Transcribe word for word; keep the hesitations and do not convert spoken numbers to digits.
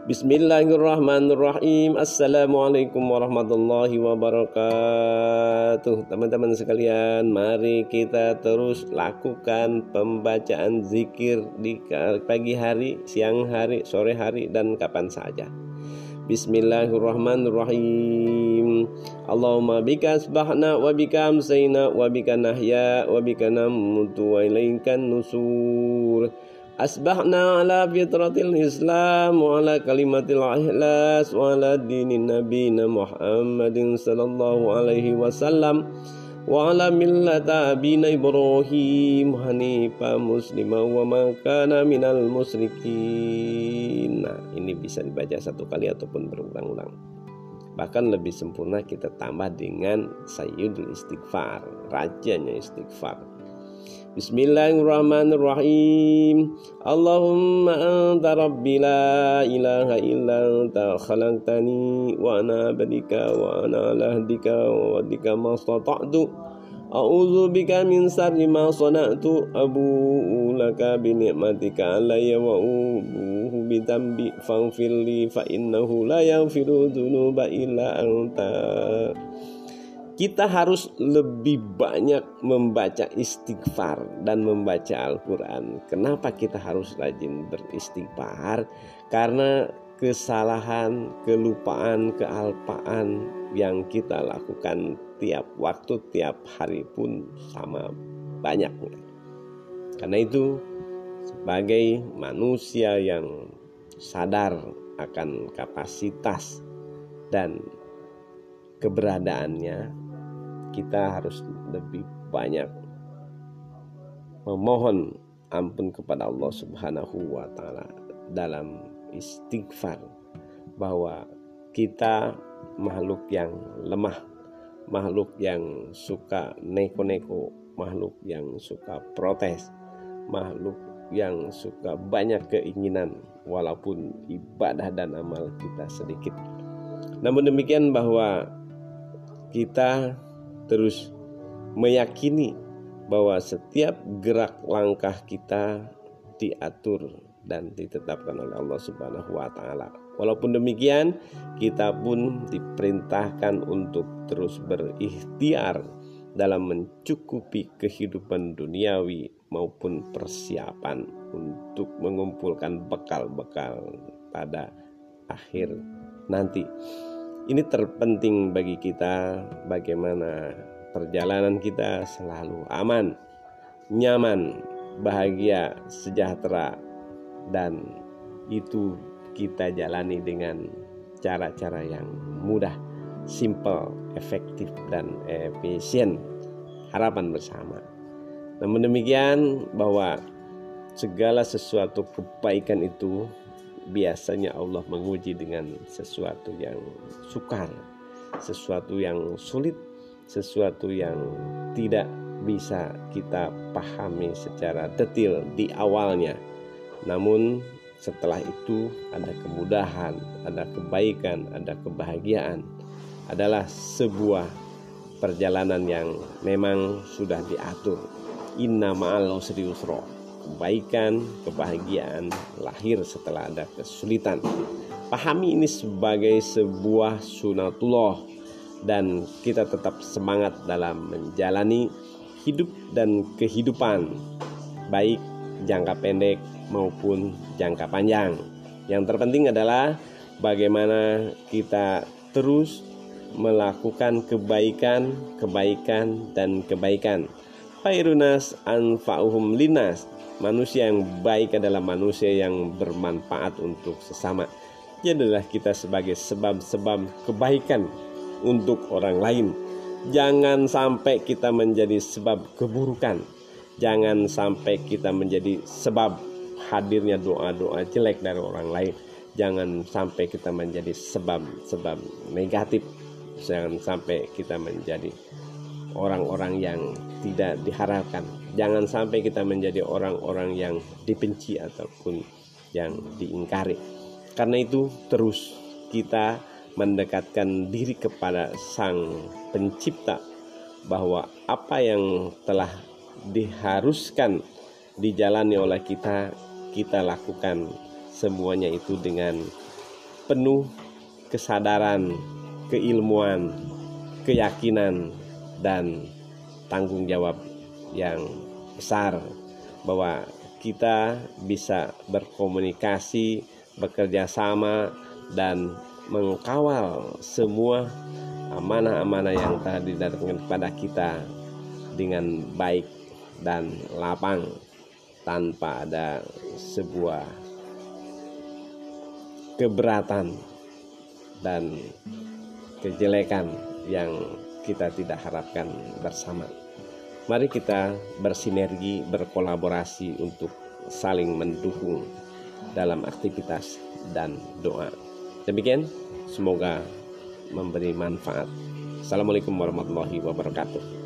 Bismillahirrahmanirrahim. Assalamualaikum warahmatullahi wabarakatuh. Teman-teman sekalian, mari kita terus lakukan pembacaan zikir di pagi hari, siang hari, sore hari, dan kapan saja. Bismillahirrahmanirrahim. Allahumma bika asbahna wa bika amsayna wa bika nahya wa bika namutu wa ilaikan nusur. Asbahna ala fitratil Islam wa ala kalimatil ikhlas wa ala dinin nabiyina Muhammadin sallallahu alaihi wasallam wa ala millata abina Ibrahim hanifa muslima wa ma kana minal musyrikin. Nah, ini bisa dibaca satu kali ataupun berulang-ulang. Bahkan lebih sempurna kita tambah dengan sayyidul istighfar, rajanya istighfar. Bismillahirrahmanirrahim. Allahumma anta rabbi la ilaha illa anta khalaqtani wa ana abdika wa ana ala ahdika wa wadika mastata'tu a'udzu bika min syarri ma sana'tu abu'u laka bi ni'matika alayya wa ubuhu bi dhanbi faghfirli fa innahu la yaghfiru dzunuba illa anta. Kita harus lebih banyak membaca istighfar dan membaca Al-Quran. Kenapa kita harus rajin beristighfar? Karena kesalahan, kelupaan, kealpaan yang kita lakukan tiap waktu, tiap hari pun sama banyaknya. Karena itu, sebagai manusia yang sadar akan kapasitas dan keberadaannya, kita harus lebih banyak memohon ampun kepada Allah Subhanahu wa Ta'ala dalam istighfar, bahwa kita makhluk yang lemah, makhluk yang suka neko-neko, makhluk yang suka protes, makhluk yang suka banyak keinginan walaupun ibadah dan amal kita sedikit. Namun demikian, bahwa kita terus meyakini bahwa setiap gerak langkah kita diatur dan ditetapkan oleh Allah Subhanahu wa Ta'ala. Walaupun demikian, kita pun diperintahkan untuk terus berikhtiar dalam mencukupi kehidupan duniawi maupun persiapan untuk mengumpulkan bekal-bekal pada akhir nanti. Ini terpenting bagi kita, bagaimana perjalanan kita selalu aman, nyaman, bahagia, sejahtera, dan itu kita jalani dengan cara-cara yang mudah, simple, efektif, dan efisien. Harapan bersama. Namun demikian, bahwa segala sesuatu kebaikan itu biasanya Allah menguji dengan sesuatu yang sukar, sesuatu yang sulit, sesuatu yang tidak bisa kita pahami secara detail di awalnya. Namun setelah itu ada kemudahan, ada kebaikan, ada kebahagiaan. Adalah sebuah perjalanan yang memang sudah diatur. Inna ma'al usri yusra. Kebaikan, kebahagiaan lahir setelah ada kesulitan. Pahami ini sebagai sebuah sunatullah, dan kita tetap semangat dalam menjalani hidup dan kehidupan, baik jangka pendek maupun jangka panjang. Yang terpenting adalah bagaimana kita terus melakukan kebaikan, kebaikan, dan kebaikan. Khairunas anfa'uhum linas. Manusia yang baik adalah manusia yang bermanfaat untuk sesama. Jadilah kita sebagai sebab-sebab kebaikan untuk orang lain. Jangan sampai kita menjadi sebab keburukan. Jangan sampai kita menjadi sebab hadirnya doa-doa jelek dari orang lain. Jangan sampai kita menjadi sebab-sebab negatif. Jangan sampai kita menjadi orang-orang yang tidak diharapkan. Jangan sampai kita menjadi orang-orang yang dibenci ataupun yang diingkari. Karena itu terus kita mendekatkan diri kepada Sang Pencipta, bahwa apa yang telah diharuskan dijalani oleh kita, kita lakukan semuanya itu dengan penuh kesadaran, keilmuan, keyakinan, dan tanggung jawab yang besar bahwa kita bisa berkomunikasi, bekerja sama, dan mengkawal semua amanah-amanah yang telah didatangkan kepada kita dengan baik dan lapang, tanpa ada sebuah keberatan dan kejelekan yang kita tidak harapkan bersama. Mari kita bersinergi, berkolaborasi untuk saling mendukung dalam aktivitas dan doa. Demikian, semoga memberi manfaat. Assalamualaikum warahmatullahi wabarakatuh.